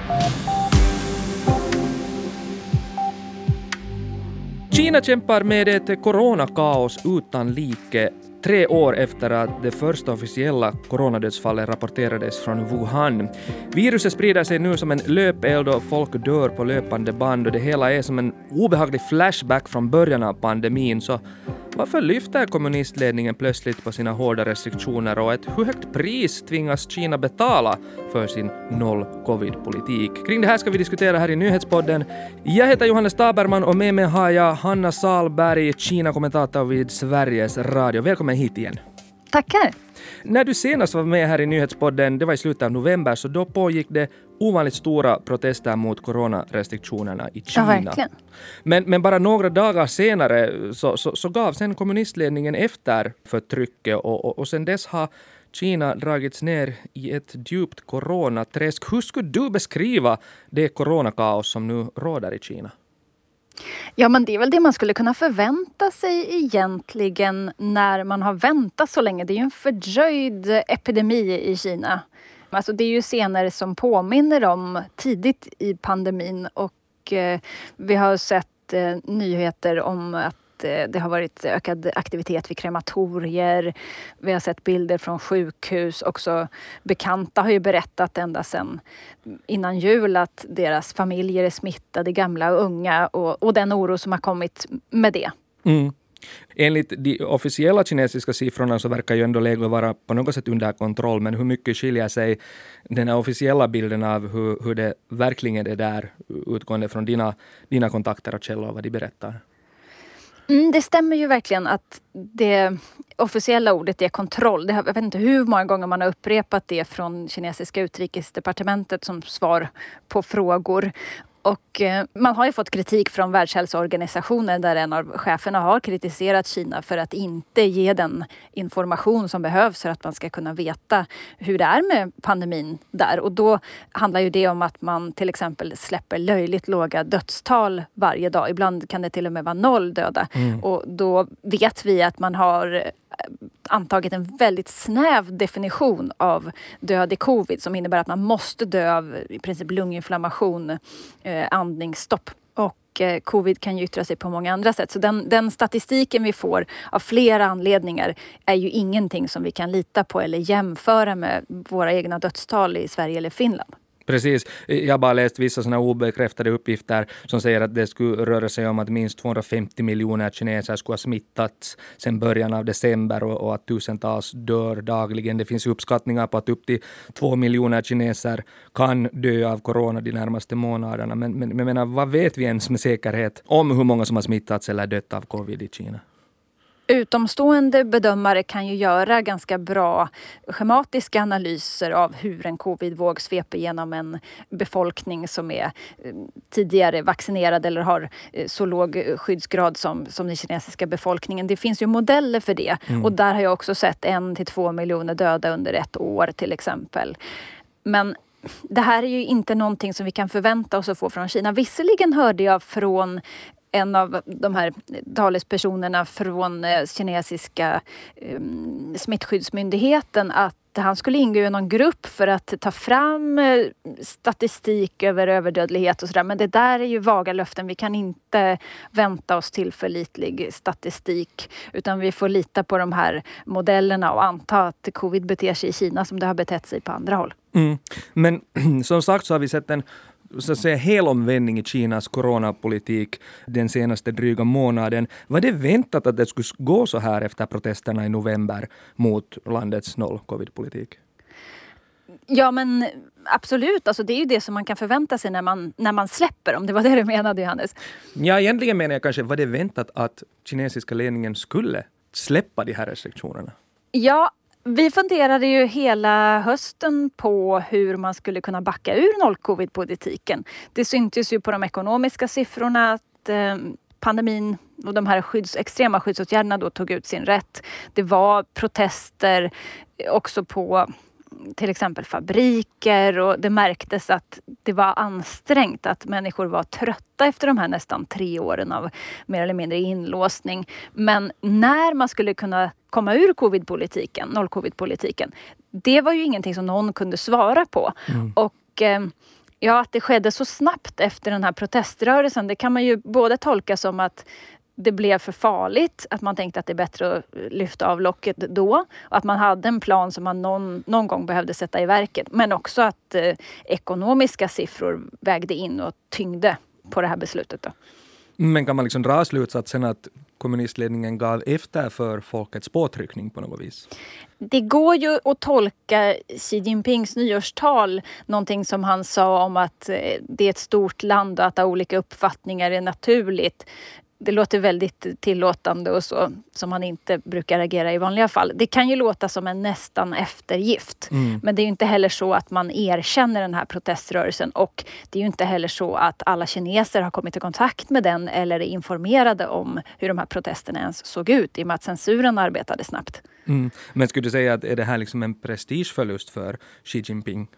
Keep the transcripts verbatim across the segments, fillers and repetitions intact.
Kina kämpar med ett coronakaos utan like tre år efter att det första officiella coronadödsfallet rapporterades från Wuhan. Viruset sprider sig nu som en löpeld och folk dör på löpande band och det hela är som en obehaglig flashback från början av pandemin. Så varför lyfter kommunistledningen plötsligt på sina hårda restriktioner och ett hur högt pris tvingas Kina betala för sin noll-covid-politik? Kring det här ska vi diskutera här i Nyhetspodden. Jag heter Johannes Taberman och med mig har jag Hanna Salberg, Kina-kommentator vid Sveriges Radio. Välkommen hit igen. Tackar. När du senast var med här i Nyhetspodden, det var i slutet av november, så då pågick det ovanligt stora protester mot coronarestriktionerna i Kina. Ja, verkligen. Men, men bara några dagar senare så, så, så gav sen kommunistledningen efter för trycket och, och, och sen dess har Kina dragits ner i ett djupt coronaträsk. Hur skulle du beskriva det coronakaos som nu råder i Kina? Ja, men det är väl det man skulle kunna förvänta sig egentligen när man har väntat så länge. Det är ju en fördröjd epidemi i Kina. Alltså det är ju scener som påminner om tidigt i pandemin och eh, vi har sett eh, nyheter om att det har varit ökad aktivitet vid krematorier. Vi har sett bilder från sjukhus. Också bekanta har ju berättat ända sedan innan jul att deras familjer är smittade, gamla och unga. Och, och den oro som har kommit med det. Mm. Enligt de officiella kinesiska siffrorna så verkar ju ändå läget vara på något sätt under kontroll. Men hur mycket skiljer sig den här officiella bilden av hur, hur det verkligen är där utgående från dina, dina kontakter och källor vad de berättar? Mm, det stämmer ju verkligen att det officiella ordet är kontroll. Det har, jag vet inte hur många gånger man har upprepat det från kinesiska utrikesdepartementet som svar på frågor. Och eh, man har ju fått kritik från Världshälsoorganisationen där en av cheferna har kritiserat Kina för att inte ge den information som behövs för att man ska kunna veta hur det är med pandemin där. Och då handlar ju det om att man till exempel släpper löjligt låga dödstal varje dag. Ibland kan det till och med vara noll döda. Mm. Och då vet vi att man har antagit en väldigt snäv definition av död i covid som innebär att man måste dö av i princip lunginflammation, eh, andningsstopp. Och eh, covid kan ju yttra sig på många andra sätt. Så den, den statistiken vi får av flera anledningar är ju ingenting som vi kan lita på eller jämföra med våra egna dödstal i Sverige eller Finland. Precis. Jag har bara läst vissa sådana obekräftade uppgifter som säger att det skulle röra sig om att minst tvåhundrafemtio miljoner kineser skulle ha smittats sedan början av december och, och att tusentals dör dagligen. Det finns uppskattningar på att upp till två miljoner kineser kan dö av corona de närmaste månaderna. Men, men, men menar, vad vet vi ens med säkerhet om hur många som har smittats eller dött av covid i Kina? Utomstående bedömare kan ju göra ganska bra schematiska analyser av hur en covidvåg sveper genom en befolkning som är tidigare vaccinerad eller har så låg skyddsgrad som, som den kinesiska befolkningen. Det finns ju modeller för det mm. och där har jag också sett en till två miljoner döda under ett år till exempel. Men det här är ju inte någonting som vi kan förvänta oss att få från Kina. Visserligen hörde jag från en av de här talespersonerna från kinesiska um, smittskyddsmyndigheten att han skulle ingå i någon grupp för att ta fram statistik över överdödlighet och sådär. Men det där är ju vaga löften. Vi kan inte vänta oss tillförlitlig statistik utan vi får lita på de här modellerna och anta att covid beter sig i Kina som det har betett sig på andra håll. Mm. Men som sagt så har vi sett en så att säga helomvändning i Kinas coronapolitik den senaste dryga månaden. Var det väntat att det skulle gå så här efter protesterna i november mot landets noll-covid-politik? Ja, men absolut. Alltså, det är ju det som man kan förvänta sig när man, när man släpper, om det var det du menade, Johannes. Ja, egentligen menar jag kanske, var det väntat att kinesiska ledningen skulle släppa de här restriktionerna? Ja, vi funderade ju hela hösten på hur man skulle kunna backa ur noll-covid-politiken. Det syntes ju på de ekonomiska siffrorna att eh, pandemin och de här skydds, extrema skyddsåtgärderna då tog ut sin rätt. Det var protester också på till exempel fabriker och det märktes att det var ansträngt, att människor var trötta efter de här nästan tre åren av mer eller mindre inlåsning. Men när man skulle kunna komma ur covid-politiken, noll-covid-politiken, det var ju ingenting som någon kunde svara på. Mm. Och eh, Ja, att det skedde så snabbt efter den här proteströrelsen, det kan man ju både tolka som att det blev för farligt, att man tänkte att det är bättre att lyfta av locket då. Och att man hade en plan som man någon, någon gång behövde sätta i verket. Men också att eh, ekonomiska siffror vägde in och tyngde på det här beslutet då. Men kan man liksom dra slutsatsen att kommunistledningen gav efter för folkets påtryckning på något vis? Det går ju att tolka Xi Jinpings nyårstal, någonting som han sa om att det är ett stort land och att ha olika uppfattningar är naturligt. Det låter väldigt tillåtande och så, som man inte brukar agera i vanliga fall. Det kan ju låta som en nästan eftergift. Mm. Men det är ju inte heller så att man erkänner den här proteströrelsen. Och det är ju inte heller så att alla kineser har kommit i kontakt med den eller är informerade om hur de här protesterna ens såg ut, i och med att censuren arbetade snabbt. Mm. Men skulle du säga att är det här liksom en prestigeförlust för Xi Jinping?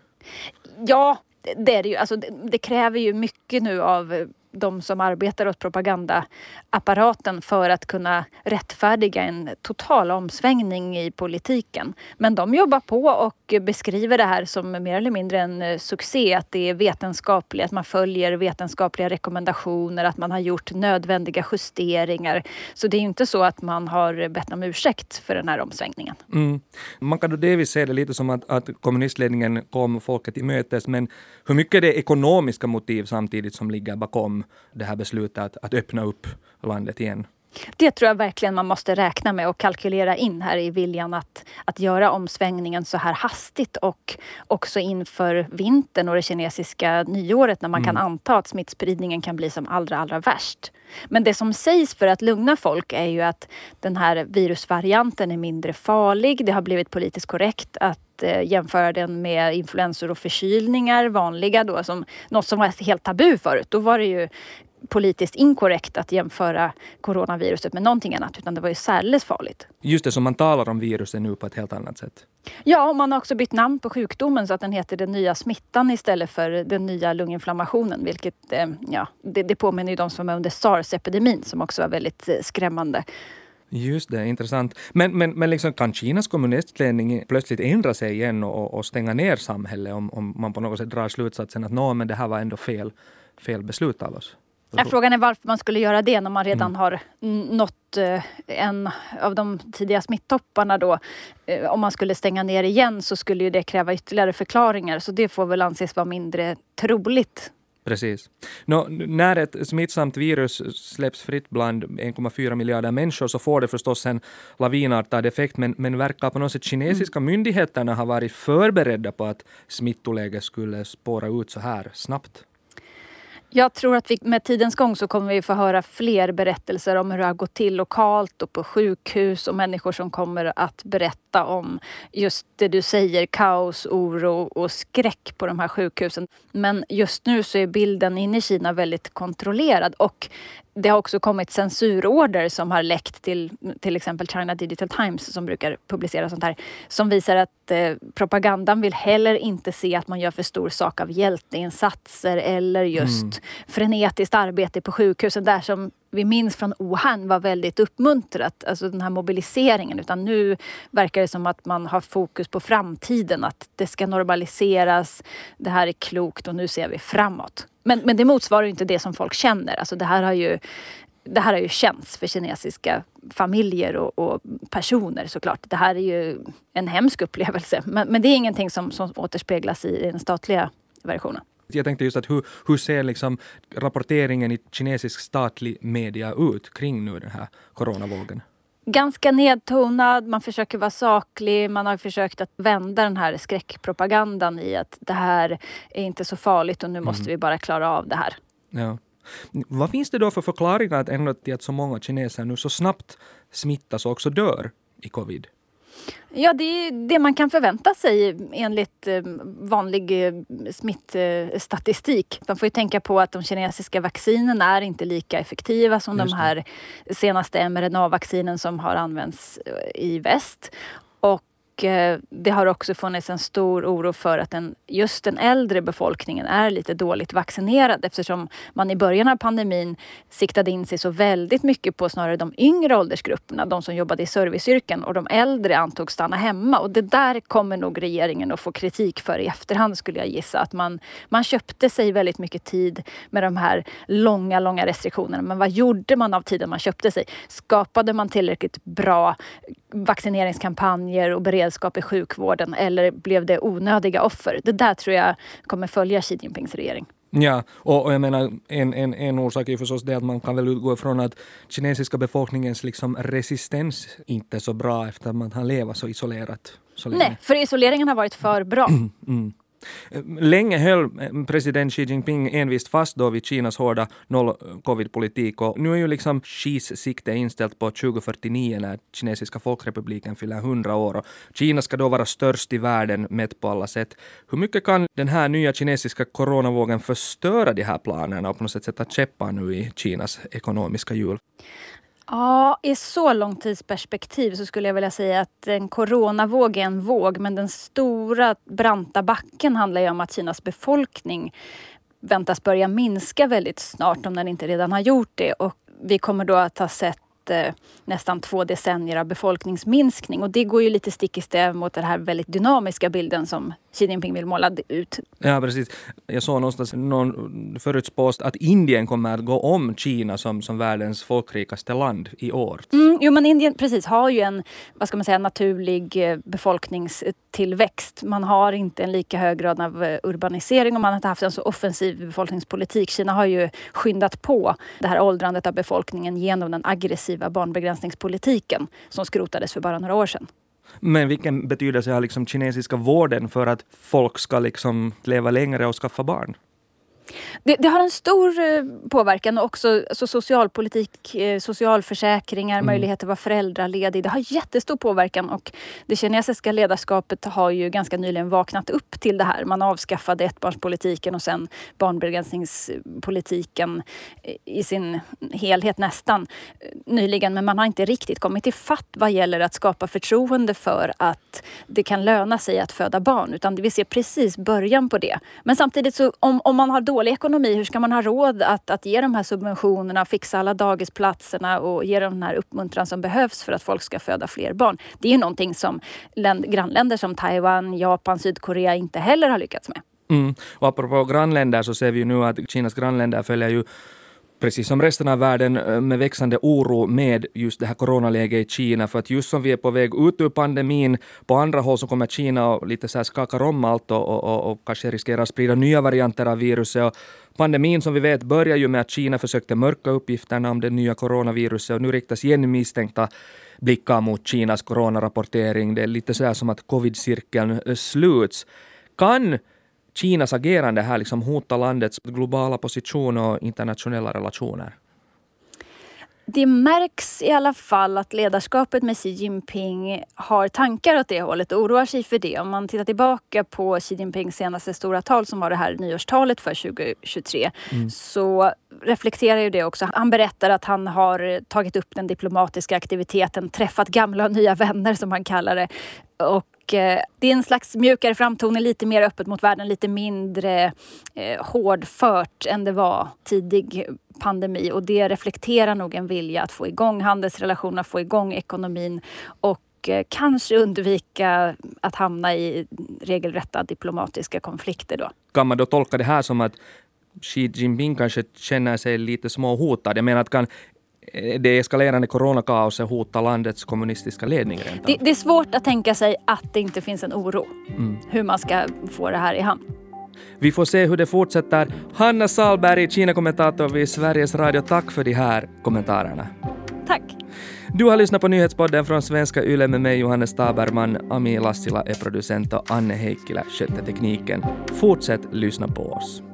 Ja, det är det ju. Alltså, det, det kräver ju mycket nu av de som arbetar åt propagandaapparaten för att kunna rättfärdiga en total omsvängning i politiken. Men de jobbar på och beskriver det här som mer eller mindre en succé. Att det är vetenskapligt, att man följer vetenskapliga rekommendationer, att man har gjort nödvändiga justeringar. Så det är ju inte så att man har bett om ursäkt för den här omsvängningen. Mm. Man kan då delvis se det lite som att, att kommunistledningen kom folket i mötes, men hur mycket det är ekonomiska motiv samtidigt som ligger bakom det här beslutet att, att öppna upp landet igen? Det tror jag verkligen man måste räkna med och kalkylera in här i viljan att, att göra omsvängningen så här hastigt och också inför vintern och det kinesiska nyåret när man mm. kan anta att smittspridningen kan bli som allra, allra värst. Men det som sägs för att lugna folk är ju att den här virusvarianten är mindre farlig. Det har blivit politiskt korrekt att eh, jämföra den med influensor och förkylningar, vanliga då, som något som var helt tabu förut. Då var det ju politiskt inkorrekt att jämföra coronaviruset med någonting annat, utan det var ju särskilt farligt. Just det, som man talar om viruset nu på ett helt annat sätt. Ja, och man har också bytt namn på sjukdomen så att den heter den nya smittan istället för den nya lunginflammationen, vilket eh, ja, det, det påminner ju de som var under SARS-epidemin som också var väldigt eh, skrämmande. Just det, intressant. Men, men, men liksom, kan Kinas kommunistledning plötsligt ändra sig igen och, och stänga ner samhället om, om man på något sätt drar slutsatsen att nå, men det här var ändå fel, fel beslut av oss? Ja, frågan är varför man skulle göra det när man redan mm. har nått eh, en av de tidiga smittopparna då. Eh, om man skulle stänga ner igen så skulle ju det kräva ytterligare förklaringar. Så det får väl anses vara mindre troligt. Precis. Nå, när ett smittsamt virus släpps fritt bland en komma fyra miljarder människor så får det förstås en lavinartad effekt. Men, men verkar på något sätt kinesiska mm. myndigheterna ha varit förberedda på att smittoläget skulle spåra ut så här snabbt? Jag tror att vi med tidens gång så kommer vi få höra fler berättelser om hur det har gått till lokalt och på sjukhus och människor som kommer att berätta om just det du säger, kaos, oro och skräck på de här sjukhusen. Men just nu så är bilden inne i Kina väldigt kontrollerad och det har också kommit censurorder som har läckt till till exempel China Digital Times som brukar publicera sånt här. Som visar att eh, propagandan vill heller inte se att man gör för stor sak av hjälteinsatser eller just mm. frenetiskt arbete på sjukhusen där som vi minns från Wuhan var väldigt uppmuntrat. Alltså den här mobiliseringen. Utan nu verkar det som att man har fokus på framtiden. Att det ska normaliseras. Det här är klokt och nu ser vi framåt. Men, men det motsvarar ju inte det som folk känner. Alltså det här har ju, det här har ju känts för kinesiska familjer och, och personer såklart. Det här är ju en hemsk upplevelse. Men, men det är ingenting som, som återspeglas i den statliga versionen. Jag tänkte just att hur, hur ser liksom rapporteringen i kinesisk statlig media ut kring nu den här coronavågen? Ganska nedtonad, man försöker vara saklig, man har försökt att vända den här skräckpropagandan i att det här är inte så farligt och nu måste mm. vi bara klara av det här. Ja. Vad finns det då för förklaringar att ändå till att så många kineser nu så snabbt smittas och också dör i covid? Ja, det är det man kan förvänta sig enligt vanlig smittstatistik. Man får ju tänka på att de kinesiska vaccinen är inte lika effektiva som de här senaste mRNA-vaccinen som har använts i väst. Och det har också funnits en stor oro för att den, just den äldre befolkningen är lite dåligt vaccinerad eftersom man i början av pandemin siktade in sig så väldigt mycket på snarare de yngre åldersgrupperna, de som jobbade i serviceyrken, och de äldre antogs stanna hemma. Och det där kommer nog regeringen att få kritik för i efterhand, skulle jag gissa. Att man, man köpte sig väldigt mycket tid med de här långa, långa restriktionerna. Men vad gjorde man av tiden man köpte sig? Skapade man tillräckligt bra vaccineringskampanjer och beredskap i sjukvården, eller blev det onödiga offer? Det där tror jag kommer följa Xi Jinpings regering. Ja, och, och jag menar en, en, en orsak är förstås det att man kan väl utgå från att kinesiska befolkningens liksom resistens inte är så bra efter att man har levat så isolerat så länge. Nej, för isoleringen har varit för bra. Mm. Länge höll president Xi Jinping envist fast då vid Kinas hårda noll-covid-politik, och nu är ju liksom Xis sikte inställt på tjugo fyrtionio när kinesiska folkrepubliken fyller hundra år, och Kina ska då vara störst i världen mätt på alla sätt. Hur mycket kan den här nya kinesiska coronavågen förstöra de här planerna och på något sätt sätta käppar nu i Kinas ekonomiska hjul? Ja, i så långtidsperspektiv så skulle jag vilja säga att en coronavåg är en våg, men den stora branta backen handlar ju om att Kinas befolkning väntas börja minska väldigt snart, om den inte redan har gjort det. Och vi kommer då att ha sett eh, nästan två decennier av befolkningsminskning, och det går ju lite stick i stäv mot den här väldigt dynamiska bilden som Xi Jinping vill måla ut. Ja, precis. Jag såg någonstans någon förutspåst att Indien kommer att gå om Kina som, som världens folkrikaste land i år. Mm, jo, men Indien precis har ju en, vad ska man säga, naturlig befolkningstillväxt. Man har inte en lika hög grad av urbanisering, och man har inte haft en så offensiv befolkningspolitik. Kina har ju skyndat på det här åldrandet av befolkningen genom den aggressiva barnbegränsningspolitiken som skrotades för bara några år sedan. Men vilken betydelse har liksom kinesiska vården för att folk ska liksom leva längre och skaffa barn? Det, det har en stor påverkan, och också alltså socialpolitik, socialförsäkringar, mm. möjlighet att vara föräldraledig. Det har jättestor påverkan, och det kinesiska ledarskapet har ju ganska nyligen vaknat upp till det här. Man avskaffade ettbarnspolitiken och sen barnbegränsningspolitiken i sin helhet nästan nyligen. Men man har inte riktigt kommit i fatt vad gäller att skapa förtroende för att det kan löna sig att föda barn. Utan vi ser precis början på det. Men samtidigt så om, om man har dålig ekonomi, hur ska man ha råd att, att ge de här subventionerna, fixa alla dagisplatserna och ge dem den här uppmuntran som behövs för att folk ska föda fler barn? Det är ju någonting som länd, grannländer som Taiwan, Japan, Sydkorea inte heller har lyckats med. Mm. Och apropå grannländer så ser vi ju nu att Kinas grannländer följer ju precis som resten av världen med växande oro med just det här coronaläget i Kina. För att just som vi är på väg ut ur pandemin, på andra håll så kommer Kina och lite så här skakar om allt och, och, och, och kanske riskerar att sprida nya varianter av viruset. Och pandemin som vi vet börjar ju med att Kina försökte mörka uppgifterna om det nya coronaviruset, och nu riktas igen misstänkta blickar mot Kinas coronarapportering. Det är lite så här som att covid-cirkeln sluts. Kan Kinas agerande här liksom hota landets globala position och internationella relationer? Det märks i alla fall att ledarskapet med Xi Jinping har tankar åt det hållet och oroar sig för det. Om man tittar tillbaka på Xi Jinpings senaste stora tal som var det här nyårstalet för tjugo tjugotre mm. så reflekterar ju det också. Han berättar att han har tagit upp den diplomatiska aktiviteten, träffat gamla och nya vänner som han kallar det. Och det är en slags mjukare framtoning, lite mer öppet mot världen, lite mindre eh, hårdfört än det var tidig pandemi. Och det reflekterar nog en vilja att få igång handelsrelationer, få igång ekonomin och eh, kanske undvika att hamna i regelrätta diplomatiska konflikter då. Kan man då tolka det här som att Xi Jinping kanske känner sig lite småhotad? Jag menar att kan det eskalerande coronakaoset hotar landets kommunistiska ledning rent det, det är svårt att tänka sig att det inte finns en oro. Mm. Hur man ska få det här i hamn. Vi får se hur det fortsätter. Hanna Salberg, Kina-kommentator vid Sveriges Radio. Tack för de här kommentarerna. Tack. Du har lyssnat på nyhetspodden från Svenska Yle med mig, Johannes Taberman. Ami Lassila är producent och Anne Heikkilä skötte tekniken. Fortsätt lyssna på oss.